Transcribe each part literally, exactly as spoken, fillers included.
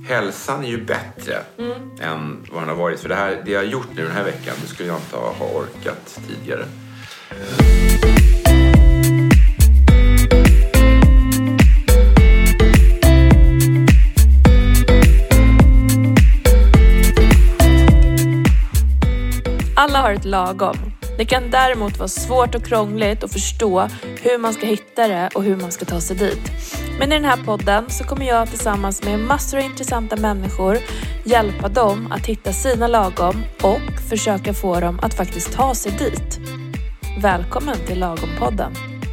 hälsan är ju bättre mm. än vad den har varit. För det, här, det jag har gjort nu den här veckan, det skulle jag inte ha orkat tidigare. Alla har ett lagom. Det kan däremot vara svårt och krångligt att förstå hur man ska hitta det och hur man ska ta sig dit. Men i den här podden så kommer jag tillsammans med massor av intressanta människor hjälpa dem att hitta sina lagom och försöka få dem att faktiskt ta sig dit. Välkommen till Lagom-podden.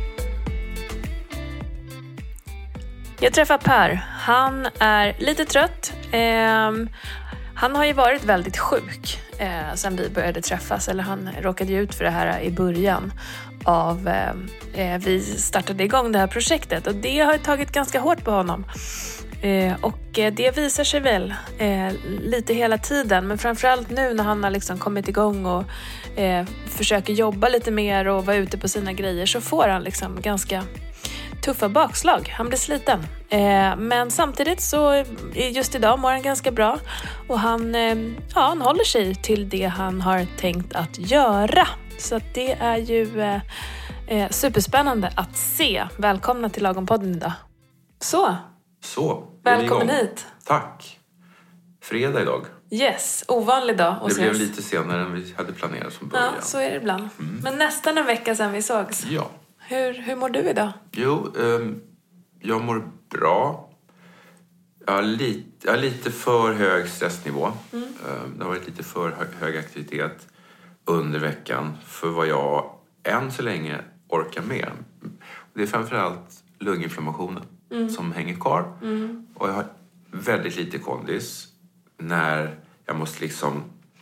Jag träffar Per. Han är lite trött. Ehm, han har ju varit väldigt sjuk. Eh, sen vi började träffas, eller han råkade ju ut för det här i början av eh, vi startade igång det här projektet, och det har tagit ganska hårt på honom eh, och eh, det visar sig väl eh, lite hela tiden, men framförallt nu när han har liksom kommit igång och eh, försöker jobba lite mer och vara ute på sina grejer, så får han liksom ganska tuffa bakslag. Han blir sliten. Eh, men samtidigt så just idag mår han ganska bra. Och han, eh, ja, han håller sig till det han har tänkt att göra. Så att det är ju eh, eh, superspännande att se. Välkomna till Lagom-podden idag. Så. Så. Välkommen hit. Tack. Fredag idag. Yes, ovanlig dag. Det blev lite senare än vi hade planerat från början. Ja, så är det ibland. Mm. Men nästan en vecka sedan vi sågs. Ja. Hur, hur mår du idag? Jo, um, jag mår bra. Jag har lite, jag har lite för hög stressnivå. Mm. Um, det har varit lite för hög, hög aktivitet under veckan för vad jag än så länge orkar med. Det är framförallt lunginflammationen mm. som hänger kvar. Mm. Och jag har väldigt lite kondis när jag måste liksom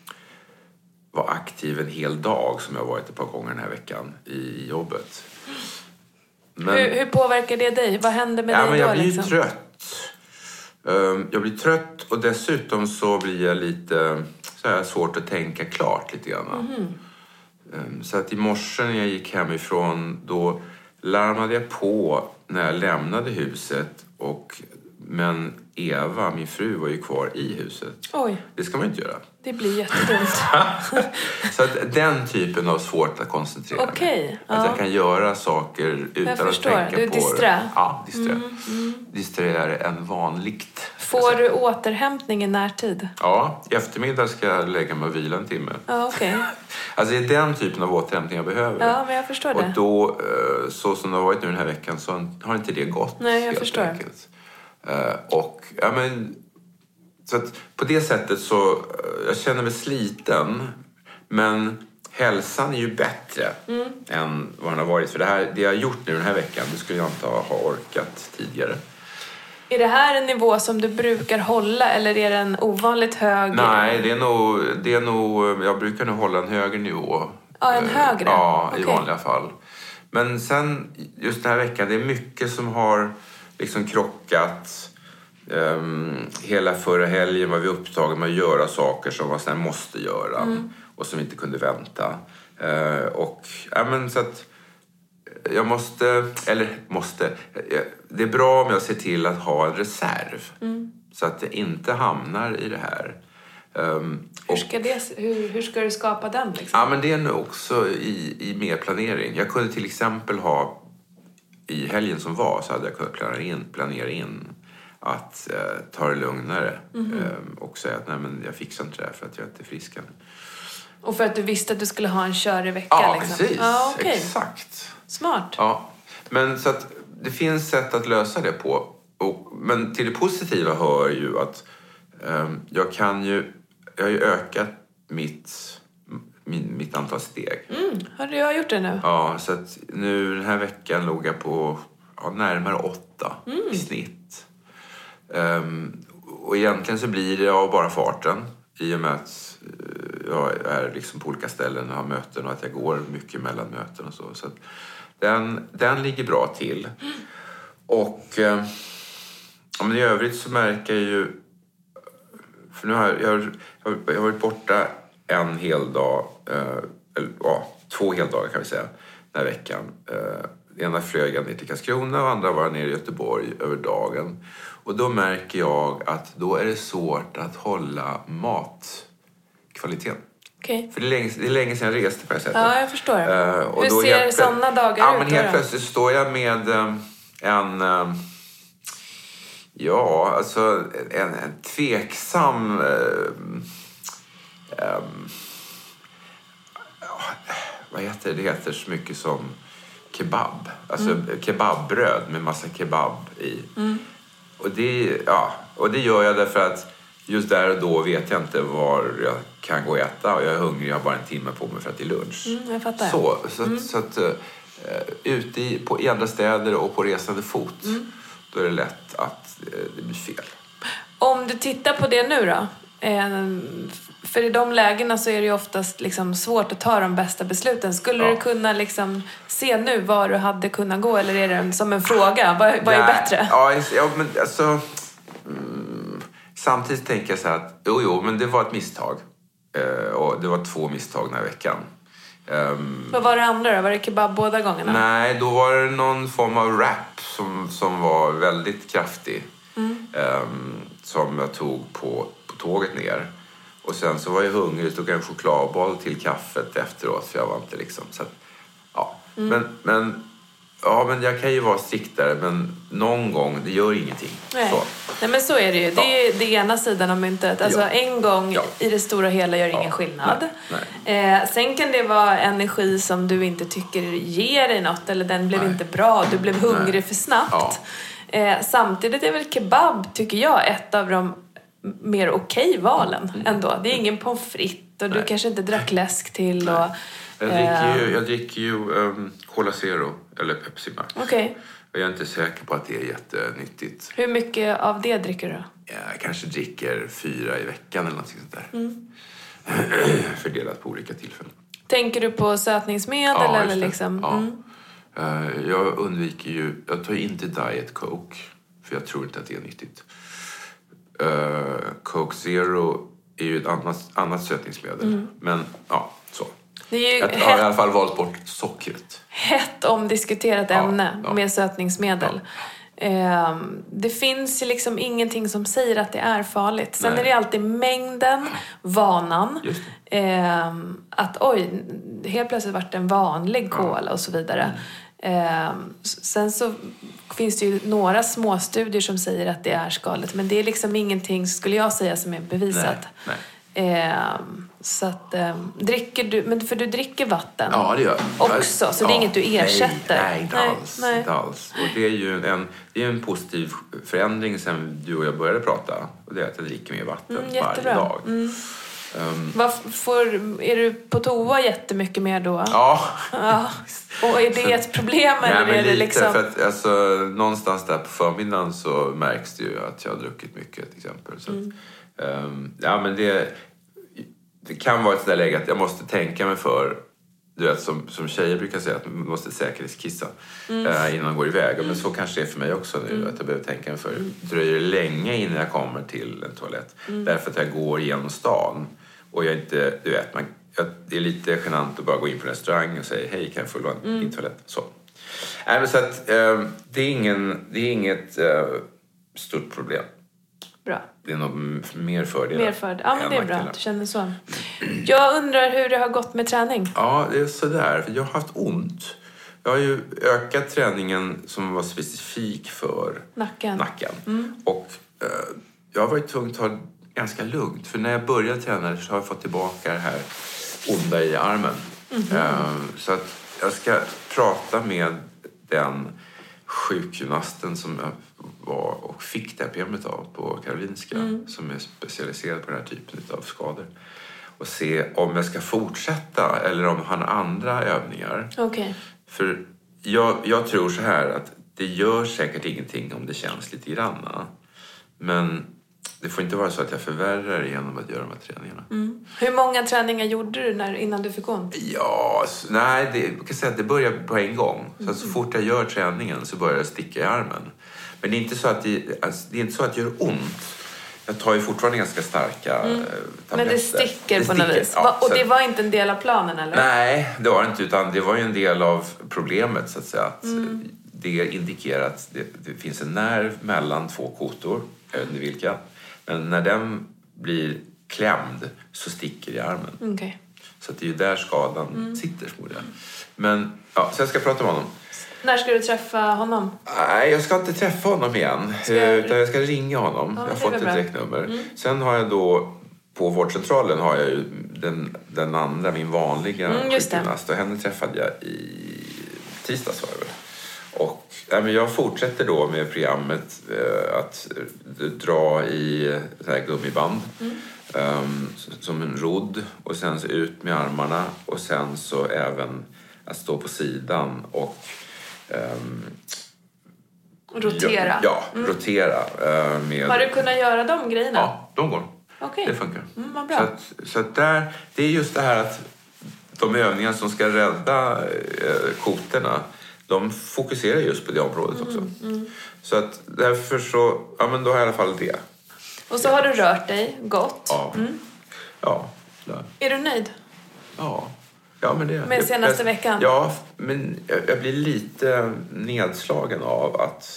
vara aktiv en hel dag, som jag har varit ett par gånger den här veckan i jobbet. Men, hur, hur påverkar det dig? Vad händer med ja, dig men då? Jag blir liksom? trött. Um, jag blir trött och dessutom så blir jag lite så här svårt att tänka klart lite grann. Mm. Um, så att i morse när jag gick hemifrån, då larmade jag på när jag lämnade huset, och men Eva, min fru, var ju kvar i huset. Oj. Det ska man inte göra. Det blir jättedumt. Så att den typen av svårt att koncentrera okay, mig. ja. Att jag kan göra saker utan att tänka du på disträ. det. Ja, disträ. Mm, mm. Disträ än vanligt. Får du återhämtning i närtid? Ja, i eftermiddag ska jag lägga mig och vila en timme. Ja, okej. Okay. Alltså det är den typen av återhämtning jag behöver. Ja, men jag förstår det. Och då, så som det har varit nu den här veckan, så har inte det gått. Nej, jag förstår. Enkelt. Och ja, men så att på det sättet så jag känner mig sliten, men hälsan är ju bättre mm. än vad den har varit. För det här, det jag har gjort nu den här veckan, det skulle jag inte ha orkat tidigare. Är det här en nivå som du brukar hålla, eller är det en ovanligt hög? Nej, det är nog, det är nog jag brukar nog hålla en högre nivå. Ja, en högre? Ja, okay. i vanliga fall. Men sen just den här veckan, det är mycket som har liksom krockat. Um, hela förra helgen var vi upptagna med att göra saker som man sen måste göra mm. och som inte kunde vänta. Uh, och ja, men så att jag måste, eller måste, det är bra om jag ser till att ha en reserv mm. så att jag inte hamnar i det här. Um, hur, ska det, hur, hur ska du skapa den? Liksom? Ja, men det är nog också i, i mer planering. Jag kunde till exempel ha, i helgen som var så hade jag kunnat planera in, planera in att eh, ta det lugnare mm-hmm. eh, och säga att nej, men jag fixar inte det här för att jag inte är frisk än. Och för att du visste att du skulle ha en körig vecka? Ja, liksom. precis. Ah, okay. Exakt. Smart. Ja, men så att det finns sätt att lösa det på. Och, men till det positiva hör ju att eh, jag kan ju, jag har ju ökat mitt, min, mitt antal steg. Mm. Har du gjort det nu? Ja, så att nu den här veckan låg jag på ja, närmare åtta mm. i snitt. Um, och egentligen så blir det av bara farten i och med att uh, jag är liksom på olika ställen och har möten och att jag går mycket mellan möten och så. Så att den, den ligger bra till. Mm. Och uh, ja, men i övrigt så märker jag ju, för nu har jag, jag, har, jag har varit borta en hel dag, uh, eller ja, två heldagar kan vi säga, den här veckan. Uh, ena flög jag ner till Karlskrona och andra var nere i Göteborg över dagen. Och då märker jag att då är det svårt att hålla matkvaliteten. Okay. För det är, länge, det är länge sedan jag reste på det sättet. Ja, jag förstår. Uh, och Hur då ser helt, sådana dagar ja, ut? Men helt plötsligt står jag med um, en... Um, ja, alltså en, en tveksam... Um, um, vad heter det? Det heter så mycket som kebab. Alltså mm. kebabbröd med massa kebab i. Mm. Och, det, ja, och det gör jag därför att just där och då vet jag inte var jag kan gå och äta. Och jag är hungrig, jag har bara en timme på mig för att det är lunch. Mm, jag fattar. Så, så, mm. så att uh, ute i, på, i andra städer och på resande fot mm. då är det lätt att uh, det blir fel. Om du tittar på det nu då? Eh, för i de lägena så är det ju oftast liksom svårt att ta de bästa besluten. Skulle ja. du kunna liksom se nu var du hade kunnat gå? Eller är det som en fråga? Vad, vad är bättre? Ja, ja men alltså... Mm, samtidigt tänker jag så här att jo, jo, men det var ett misstag. Eh, och det var två misstag den här veckan. Um, vad var det andra då? Var det kebab båda gångerna? Nej, då var det någon form av wrap som, som var väldigt kraftig. Mm. Um, som jag tog på, på tåget ner. Och sen så var jag hungrig och tog en chokladboll till kaffet efteråt. För jag var inte liksom... Så att, ja. Mm. Men, men, ja, men jag kan ju vara striktare. Men någon gång, det gör ingenting. Nej, så. Nej men så är det ju. Det är ju det ena sidan av myntet. Alltså ja. en gång ja. i det stora hela gör ja. ingen skillnad. Nej. Nej. Eh, sen kan det vara energi som du inte tycker ger dig något. Eller den blev Nej. inte bra. Du blev hungrig Nej. för snabbt. Ja. Eh, samtidigt är väl kebab, tycker jag, ett av de mer okej valen mm. ändå. Det är ingen pommes frites och Nej. du kanske inte drack läsk till. Och, jag, dricker ju, jag dricker ju um, Cola Zero eller Pepsi Max. Okay. Jag är inte säker på att det är jättenyttigt. Hur mycket av det dricker du? Jag kanske dricker fyra i veckan eller något sånt där. Mm. Fördelat på olika tillfällen. Tänker du på sötningsmedel? Ja, eller liksom? Ja. Mm. Uh, jag undviker ju... Jag tar inte Diet Coke. För jag tror inte att det är nyttigt. Uh, Coke Zero är ju ett annat, annat sötningsmedel. Mm. Men ja, så. Det är ju jag har i alla fall valt bort sockret. Hett omdiskuterat ja, ämne ja. med sötningsmedel. Ja. Uh, det finns ju liksom ingenting som säger att det är farligt. Sen Nej. är det alltid mängden, vanan. Just det. Uh, att oj, helt plötsligt vart det en vanlig cola ja. och så vidare. Mm. Eh, sen så finns det ju några små studier som säger att det är skadligt, men det är liksom ingenting, skulle jag säga, som är bevisat. Nej, nej. Eh, så att eh, dricker du, men för du dricker vatten. Ja, det gör jag. Också, så ja, det är inget du ersätter. Nej, nej, inte, nej, alls, nej. inte alls. Och det är ju en, det är en positiv förändring sen du och jag började prata, och det är att jag dricker mer vatten mm, varje dag. Mm. Um, Varför, är du på toa jättemycket mer då? Ja. ja. Och är det ett problem? Nej, eller men är det lite, liksom... för att alltså, någonstans där på förmiddagen så märks det ju att jag har druckit mycket till exempel. Så mm. att, um, ja, men det, det kan vara ett sådär läge att jag måste tänka mig för. Du vet, som, som tjejer brukar säga att man måste säkerhetskissa mm. uh, innan man går iväg. Men så kanske det är för mig också nu, mm. att jag behöver tänka mig för. Det dröjer länge innan jag kommer till en toalett. Mm. Därför att jag går genom stan. Och jag inte, du vet, man, jag, det är lite genant att bara gå in på en restaurang och säga hej, kan jag få låna mm. din toalett? Så. Nej, men så att uh, det är, ingen, det är inget uh, stort problem. Bra. Det är nog mer fördelar. Mer fördelar. Ja, men det är bra att du känner så. Jag undrar hur det har gått med träning. Ja, det är sådär. För jag har haft ont. Jag har ju ökat träningen som var specifik för nacken. nacken. Mm. Och eh, jag har varit tvungen att ta ganska lugnt. För när jag började träna så har jag fått tillbaka det här onda i armen. Mm-hmm. Eh, så att jag ska prata med den sjukgymnasten som jag var och fick det här programmet av på Karolinska, mm. som är specialiserad på den här typen av skador, och se om jag ska fortsätta eller om han har andra övningar. Okay. För jag, jag tror så här att det gör säkert ingenting om det känns lite granna, men det får inte vara så att jag förvärrar genom att göra de här träningarna. Mm. Hur många träningar gjorde du när, innan du fick ont? Ja, nej, det, jag kan säga att det börjar på en gång. Så att så fort jag gör träningen så börjar jag sticka i armen. Men det är inte så att det, alltså, det är inte så att det gör ont. jag tar ju fortfarande ganska starka mm. tabletter. Men det sticker det på något vis. Ja, och det var inte en del av planen, eller? Nej, det var det inte. Utan det var ju en del av problemet, så att säga. Att mm. det indikerar att det, det finns en nerv mellan två kotor. Jag vet inte vilka. Men när den blir klämd så sticker det i armen. Okay. Så att det är ju där skadan mm. sitter, förmodligen. Men ja, så jag ska prata med honom. När ska du träffa honom? Nej, jag ska inte träffa honom igen. Ska jag... Utan jag ska ringa honom. Ja, jag har fått ett direktnummer. Mm. Sen har jag då, på vårdcentralen har jag ju den, den andra, min vanliga mm, sjukgymnast. Och henne träffade jag i tisdags, var det väl. Och ja, men jag fortsätter då med programmet eh, att dra i så här gummiband. Mm. Um, som en rodd. Och sen så ut med armarna. Och sen så även att stå på sidan och Um, rotera. Ja, mm. rotera. Uh, med... Har du kunnat göra de grejerna? Ja, de går. Okay. Det funkar. Mm, vad bra. Så, att, så att där, det är just det här att de övningar som ska rädda uh, koterna, de fokuserar just på det området mm, också. Mm. Så att därför så, ja men då har jag i alla fall det. Och så har du rört dig gott. Ja. Mm. Ja. Där. Är du nöjd? Ja. Ja, men det, med senaste jag, veckan? Ja, men jag, jag blir lite nedslagen av att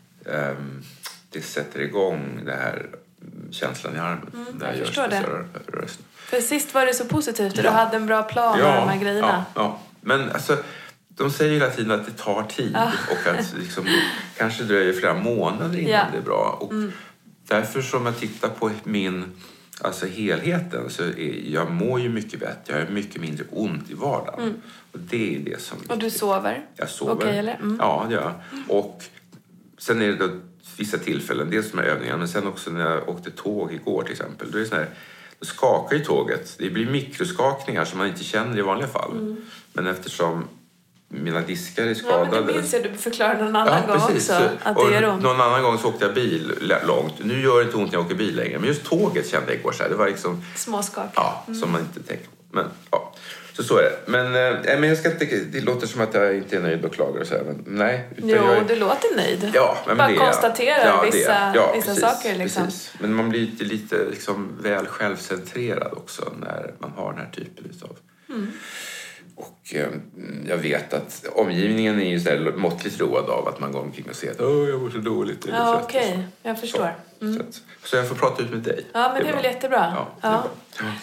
um, det sätter igång det här känslan i armen. Mm, där jag förstår det. Rörelsen. För sist var det så positivt och ja. Du hade en bra plan ja, med de här grejerna. Ja, ja. Men alltså, de säger hela tiden att det tar tid ah. och att liksom, kanske dröjer flera månader innan ja. Det är bra. Och mm. därför som jag tittar på min... Alltså helheten, så är, jag mår ju mycket bättre. Jag har mycket mindre ont i vardagen. Mm. Och det är det som... Och du sover? Jag sover. Okej, eller? Mm. Ja, det gör jag. Och sen är det då vissa tillfällen, dels de här övningarna, men sen också när jag åkte tåg igår till exempel. Då, är det sån här, då skakar ju tåget. Det blir mikroskakningar som man inte känner i vanliga fall. Mm. Men eftersom mina diskar är skadade... Ja, men det minns jag. Du förklarade någon annan ja, gång precis. Också att det gör ont. Någon annan gång så åkte jag bil långt. Nu gör det inte ont när jag åker bil längre. Men just tåget kände jag igår så här. Det var liksom... Småskak. Ja, mm. som man inte tänker på. Men ja, så så är det. Men, äh, men jag ska inte... Det låter som att jag inte är nöjd och klagar och så här. Men nej. Jo, jag är... du låter nöjd. Ja, men bara det, konstatera ja, vissa, ja, vissa precis, saker liksom. Precis. Men man blir lite, lite liksom väl självcentrerad också när man har den här typen av... Mm. Och eh, jag vet att omgivningen är ju så här måttligt road av att man går omkring och ser att åh, jag mår så dåligt. Ja, okej. Okay. Jag förstår. Mm. Så, att, så jag får prata ut med dig. Ja, men det är, det är väl jättebra. Ja, ja. Det är bra.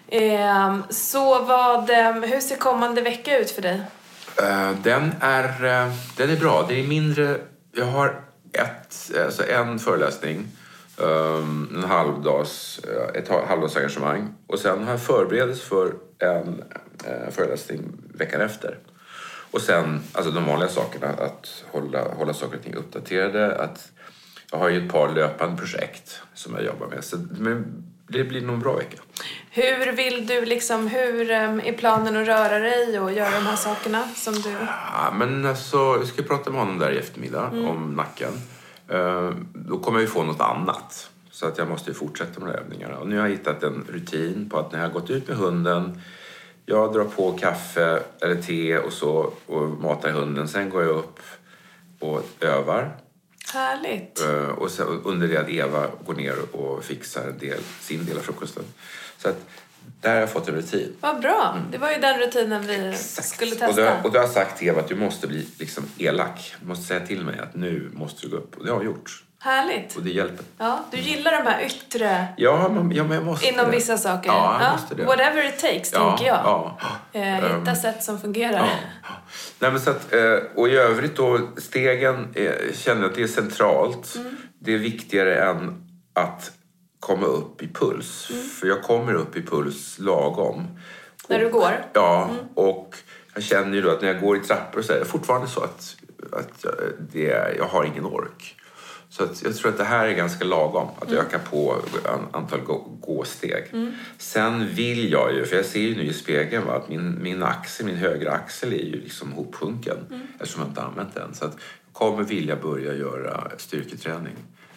Eh, så vad, hur ser kommande vecka ut för dig? Eh, den, är, eh, den är bra. Det är mindre... Jag har ett, alltså en föreläsning. Um, en halvdags, ett halvdagsengagemang. Och sen har jag förberedelse för en eh, föreläsning veckan efter. Och sen, alltså de vanliga sakerna, att hålla, hålla saker och ting uppdaterade. Att jag har ju ett par löpande projekt som jag jobbar med. Så men det blir nog en bra vecka. Hur vill du liksom, hur um, är planen att röra dig och göra de här sakerna som du... Ja, men alltså, jag ska prata med honom där i eftermiddag mm. om nacken. Uh, då kommer jag ju få något annat. Så att jag måste fortsätta med övningarna. Och nu har jag hittat en rutin på att när jag har gått ut med hunden, jag drar på kaffe eller te och så och matar hunden. Sen går jag upp och övar. Härligt. Uh, och sen, under det att Eva går ner och fixar en del, sin del av frukosten. Så att där har jag fått en rutin. Vad bra. Mm. Det var ju den rutinen vi Exakt. Skulle testa. Och du, och du har sagt till Eva att du måste bli liksom elak. Du måste säga till mig att nu måste du gå upp. Och det har jag gjort. Härligt. Och det hjälper. Ja, du gillar de här yttre... Ja, men, ja, men jag måste inom det. Vissa saker. Ja, jag ja. måste det. Whatever it takes, ja, tänker jag. Ja. Eh, hitta um, sätt som fungerar. Ja. Nej, men så att, och i övrigt då, stegen är, känner att det är centralt. Mm. Det är viktigare än att komma upp i puls. Mm. För jag kommer upp i puls lagom. När du går? Ja, mm. och jag känner ju då att när jag går i trappor så är det fortfarande så att, att det, jag har ingen ork. Så att jag tror att det här är ganska lagom. Att mm. öka på antal gå, gåsteg. Mm. Sen vill jag ju, för jag ser ju nu i spegeln va, att min, min axel, min högra axel är ju liksom hophunken. Mm. Eftersom jag inte använt den. Så att jag kommer vilja börja göra styrketräning.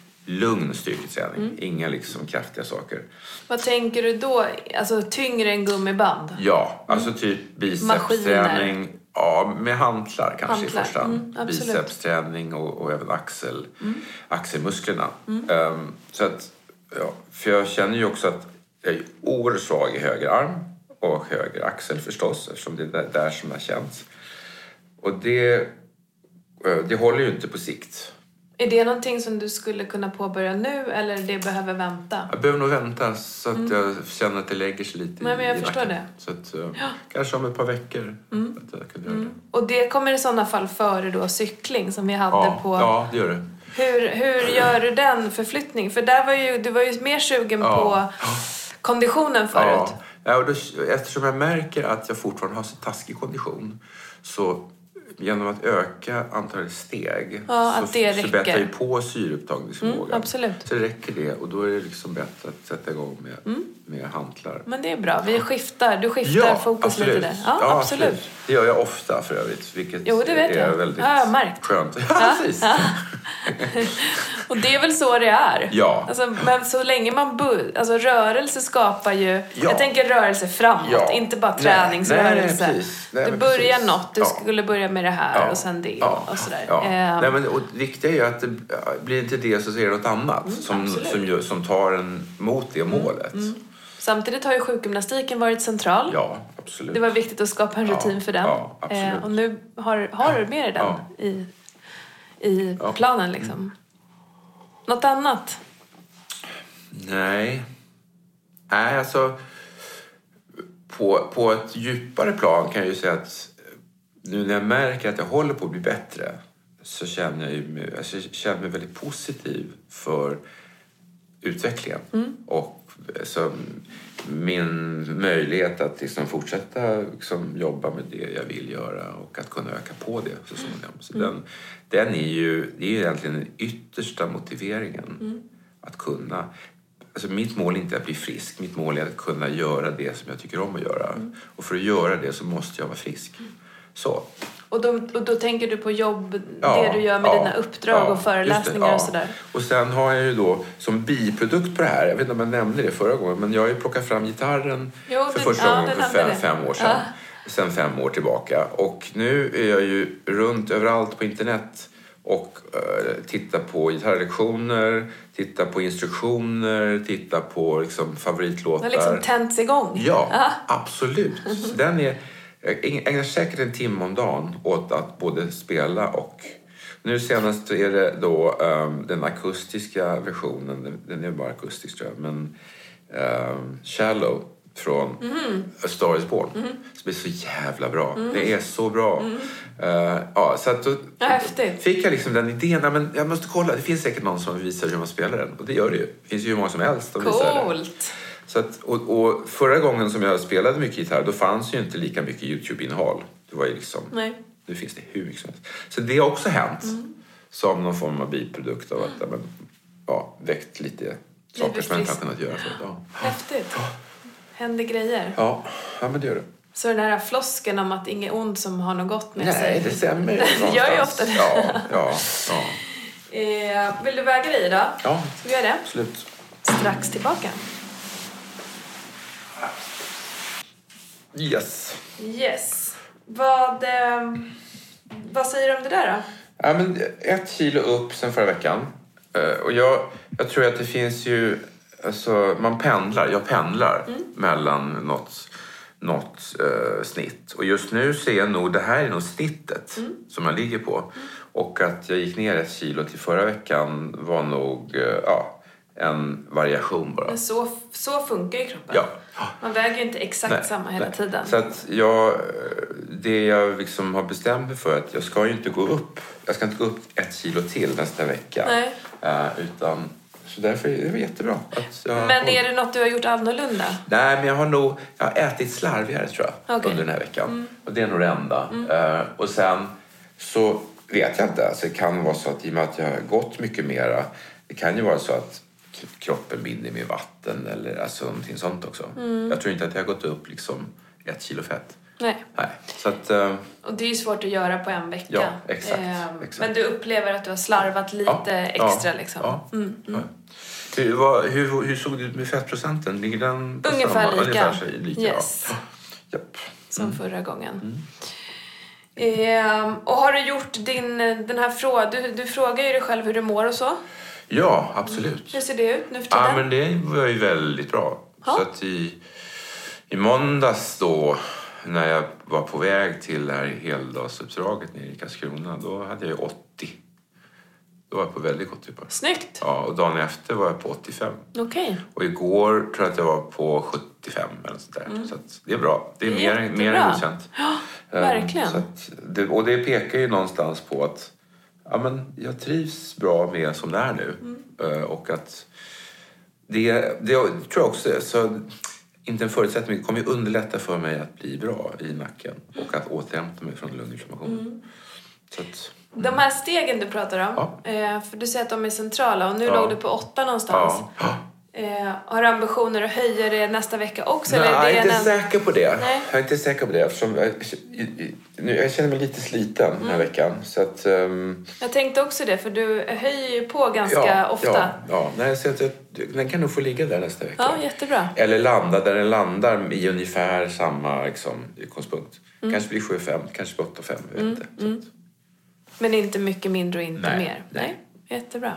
Lugn styrketräning. Mm. Inga liksom kraftiga saker. Vad tänker du då? Alltså tyngre än gummiband? Ja, alltså mm. typ bicepsträning. Ja, med hantlar kanske hantlar. I första hand. Mm, bicepsträning och, och även axel, mm. axelmusklerna. Mm. Um, så att Ja, för jag känner ju också att jag är oerhört svag i höger arm och höger axel förstås, eftersom det är där, där som det känns. Och det, det håller ju inte på sikt. Är det någonting som du skulle kunna påbörja nu eller det behöver vänta? Jag behöver nog vänta så att mm. jag känner att det lägger sig lite. Nej, men jag i förstår nacken. det. Så att, ja. Kanske om ett par veckor. Mm. Att jag kan göra mm. det. Och det kommer i sådana fall före då cykling som vi hade ja, på... Ja, det gör det. Hur, hur gör du den förflyttning? För där var ju, du var ju mer sugen ja. på konditionen förut. Ja, ja och då, eftersom jag märker att jag fortfarande har så taskig kondition så genom att öka antalet steg ja, så, att det så bättrar jag på syreupptagningsförmågan. Mm, absolut. Så räcker det och då är det liksom bättre att sätta igång med, mm. med hantlar. Men det är bra, vi skiftar, du skiftar ja, fokus absolut. lite där. Ja, ja, absolut. absolut. Det gör jag ofta för övrigt, vilket jo, det vet är jag. väldigt ja, jag har märkt. skönt. Ja, precis. Ja. Och det är väl så det är. Ja. Alltså, men så länge man... Bu- alltså rörelse skapar ju... Ja. Jag tänker rörelse framåt, ja. inte bara träningsrörelse. Nej, nej, nej, du börjar precis. något, du ja. skulle börja med det här ja. och sen det ja. och sådär. Ja. Eh. Nej, men, och det viktiga är ju att det blir inte det så är det något annat mm, som, som, gör, som tar en mot det målet. Mm. Mm. Samtidigt har ju sjukgymnastiken varit central. Ja, absolut. Det var viktigt att skapa en rutin ja. för den. Ja, absolut. Eh, och nu har, har du med dig den ja. i, i ja. planen liksom. Mm. Något annat? Nej. Nej, alltså... På, på ett djupare plan kan jag ju säga att nu när jag märker att jag håller på att bli bättre så känner jag, ju, alltså jag känner mig väldigt positiv för utvecklingen. Mm. Och alltså, min möjlighet att liksom fortsätta liksom, jobba med det jag vill göra och att kunna öka på det så småningom. Så mm. den, den är ju, det är ju egentligen den yttersta motiveringen mm. att kunna... Alltså mitt mål är inte att bli frisk. Mitt mål är att kunna göra det som jag tycker om att göra. Mm. Och för att göra det så måste jag vara frisk. Mm. Så. Och då, och då tänker du på jobb, ja, det du gör med ja, dina uppdrag ja, och föreläsningar det, ja. och sådär. Och sen har jag ju då som biprodukt på det här, jag vet inte om jag nämnde det förra gången, men jag har ju plockat fram gitarren jo, för det, första ja, gången för fem, fem år sedan. Ja. Sen fem år tillbaka. Och nu är jag ju runt överallt på internet och uh, tittar på gitarrlektioner, tittar på instruktioner, tittar på liksom, favoritlåtar. Den har liksom tänts igång. Ja, ja. absolut. Så den är, jag ägnar säkert en timme om dagen åt att både spela och... Nu senast är det då um, den akustiska versionen, den, den är bara akustisk tror jag, men um, Shallow från mm. A Star Is Born. Mm. Som är så jävla bra. Mm. Det är så bra. Mm. Uh, ja, så att då häftigt. Fick jag liksom den idén. Men jag måste kolla, det finns säkert någon som visar hur man spelar den. Och det gör det ju. Det finns ju hur många som helst som visar den. Så att, och, och förra gången som jag spelade mycket gitarr, då fanns ju inte lika mycket YouTube-innehåll. Det var ju liksom... Nej. Nu finns det hur mycket som helst. Så det har också hänt. Mm. Som någon form av biprodukt av att men, ja, väckt lite saker som jag inte har kunnat göra förut. Ja. Häftigt. Händer grejer. Ja, ja men det gör det. Så den här flosken om att inget ont som har något gott med Nej, sig. Nej, det stämmer. Det gör ju ofta det. Ja, ja, ja. Eh, vill du väga dig då? Ja, ska vi göra det? Absolut. Strax tillbaka. Yes. Yes. Vad, eh, vad säger du om det där då? Ja, men ett kilo upp sen förra veckan. Uh, och jag, jag tror att det finns ju... Alltså, man pendlar. Jag pendlar mm. mellan något, något uh, snitt. Och just nu ser jag nog... Det här är nog snittet mm. som jag ligger på. Mm. Och att jag gick ner ett kilo till förra veckan var nog... Uh, ja, en variation bara. Men så, så funkar ju kroppen. Ja. Man väger ju inte exakt nej, samma hela nej. tiden. Så att jag, det jag liksom har bestämt mig för att jag ska ju inte gå upp. Jag ska inte gå upp ett kilo till nästa vecka. Nej. Uh, utan, så därför är det jättebra. Att jag men är det något du har gjort annorlunda? Nej, men jag har nog jag har ätit slarvigare tror jag okay. under den här veckan. Mm. Och det är nog det enda. Mm. Uh, och sen så vet jag inte. Alltså, det kan vara så att i och med att jag har gått mycket mera. Det kan ju vara så att kroppen binder med vatten eller alltså någonting sånt också. Mm. Jag tror inte att jag har gått upp liksom ett kilo fett. Nej. Nej. Så att, uh, och det är ju svårt att göra på en vecka. Ja, exakt, eh, exakt. Men du upplever att du har slarvat lite ja, extra ja, liksom. Ja, mm, mm. ja. Hur, vad, hur, hur såg det ut med fettprocenten? Ligger den på ungefär samma? lika. Ungefär lika. Yes. Ja. Japp. Som mm. förra gången. Mm. Eh, och har du gjort din, den här frågan, du, du frågar ju dig själv hur du mår och så. Ja, absolut. Hur ser det ut nu för tiden? Ja, men det var ju väldigt bra. Ja. Så att i, i måndags då, när jag var på väg till det här heldagsuppdraget nere i Karlskrona, då hade jag åttio. Då var jag på väldigt gott humör. Snyggt. Ja, och dagen efter var jag på åttiofem. Okej. Okay. Och igår tror jag att jag var på sjuttiofem eller sånt där. Mm. Så att det är bra. Det är mer, mer än godkänt. Ja, verkligen. Um, så att det, och det pekar ju någonstans på att ja, men jag trivs bra med som det är nu. Mm. Uh, och att det, det tror jag också, så inte en förutsättning, det kommer ju underlätta för mig att bli bra i nacken. Mm. Och att återhämta mig från lunginflammation. Mm. Så att, de här stegen du pratar om, ja. För du säger att de är centrala och nu ja. låg du på åtta någonstans. Ja. Eh, har du ambitioner att höja det nästa vecka också? Nej, eller är det jag är inte en... säker på det. Nej. Jag är inte säker på det eftersom jag, jag, jag känner mig lite sliten mm. den här veckan. Så att, um... Jag tänkte också det, för du höjer ju på ganska ja, ofta. Ja, ja. Nej, så att jag, den kan nog få ligga där nästa vecka. Ja, jättebra. Eller landa där den landar i ungefär samma liksom, utgångspunkt. Mm. Kanske blir sju fem, kanske blir åtta fem, jag vet mm. inte. Så mm. att... Men inte mycket mindre och inte nej, mer. Nej. nej, jättebra.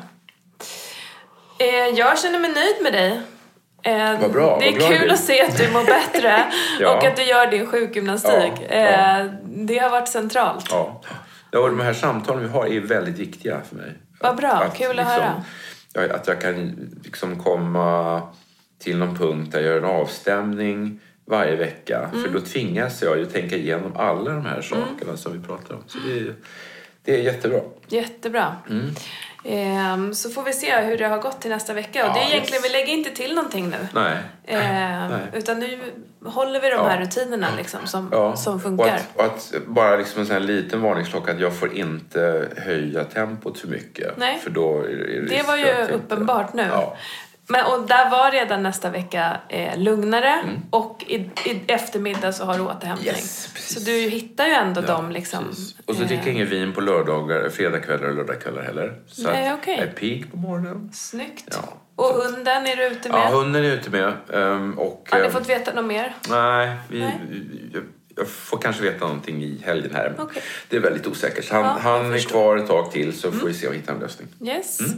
Eh, jag känner mig nöjd med dig. Eh, vad bra, det är vad kul att se att du mår bättre ja. och att du gör din sjukgymnastik. Ja, ja. Eh, det har varit centralt. Ja. Ja, och de här samtalen vi har är väldigt viktiga för mig. Vad bra, att, kul att liksom, höra. Ja, att jag kan liksom komma till någon punkt där jag gör en avstämning varje vecka. Mm. För då tvingas jag ju tänka igenom alla de här sakerna mm. som vi pratar om. Så det är, det är jättebra. Jättebra. Mm. Ehm, så får vi se hur det har gått till nästa vecka. Och ja, det är egentligen, yes. vi lägger inte till någonting nu. Nej. Ehm, Nej. Utan nu håller vi de ja. här rutinerna liksom, som, ja. som funkar. Och att, och att bara liksom en sån här liten varningsklocka att jag får inte höja tempot för mycket. Nej. För då är det, det var ju uppenbart nu. Ja. Men, och där var redan nästa vecka eh, lugnare mm. och i, i eftermiddag så har du återhämtning. Yes, så du hittar ju ändå ja, dem liksom. Precis. Och så dricker jag ingen vin på lördagar, fredagkvällar och lördagkvällar heller. Så nej, okay. jag är pigg på morgonen. Snyggt. Ja. Och hunden är du ute med? Ja, hunden är ute med. Um, och, har ni fått veta något mer? Nej, vi, nej. jag, jag får kanske veta någonting i helgen här. Okay. Det är väldigt osäkert. Han, ja, han är kvar ett tag till så mm. får vi se och hitta en lösning. Yes. Mm.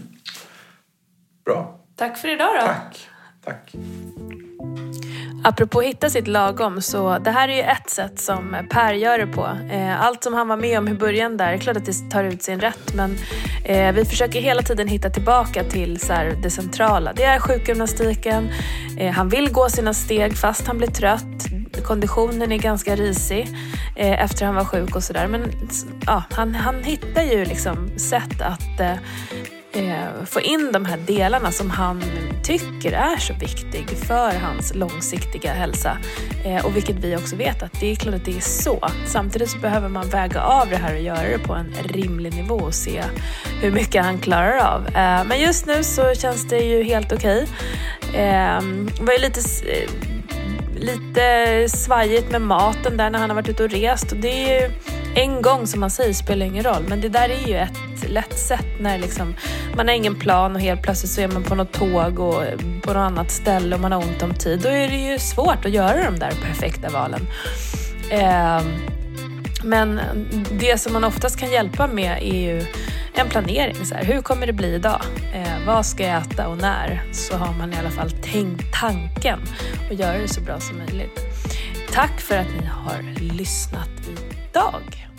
Bra. Tack för idag då. Tack. Tack. Apropå hitta sitt lagom, så det här är ju ett sätt som Per gör det på. Allt som han var med om i början där, är klart att det tar ut sin rätt, men vi försöker hela tiden hitta tillbaka till så här, det centrala. Det är sjukgymnastiken, han vill gå sina steg fast han blir trött, konditionen är ganska risig efter han var sjuk och sådär, men ja, han, han hittar ju liksom sätt att få in de här delarna som han tycker är så viktig för hans långsiktiga hälsa. Eh, och vilket vi också vet att det är klart att det är så. Samtidigt så behöver man väga av det här och göra det på en rimlig nivå och se hur mycket han klarar av. Eh, men just nu så känns det ju helt okej. Eh, det var ju lite... Eh, lite svajigt med maten där när han har varit ute och rest, och det är ju en gång som man säger spelar ingen roll, men det där är ju ett lätt sätt när liksom man har ingen plan och helt plötsligt så är man på något tåg och på något annat ställe och man har ont om tid. Då är det ju svårt att göra de där perfekta valen. Eh, men det som man oftast kan hjälpa med är ju en planering. Så här, hur kommer det bli idag? Eh, vad ska jag äta och när? Så har man i alla fall tänkt tanken och göra det så bra som möjligt. Tack för att ni har lyssnat idag.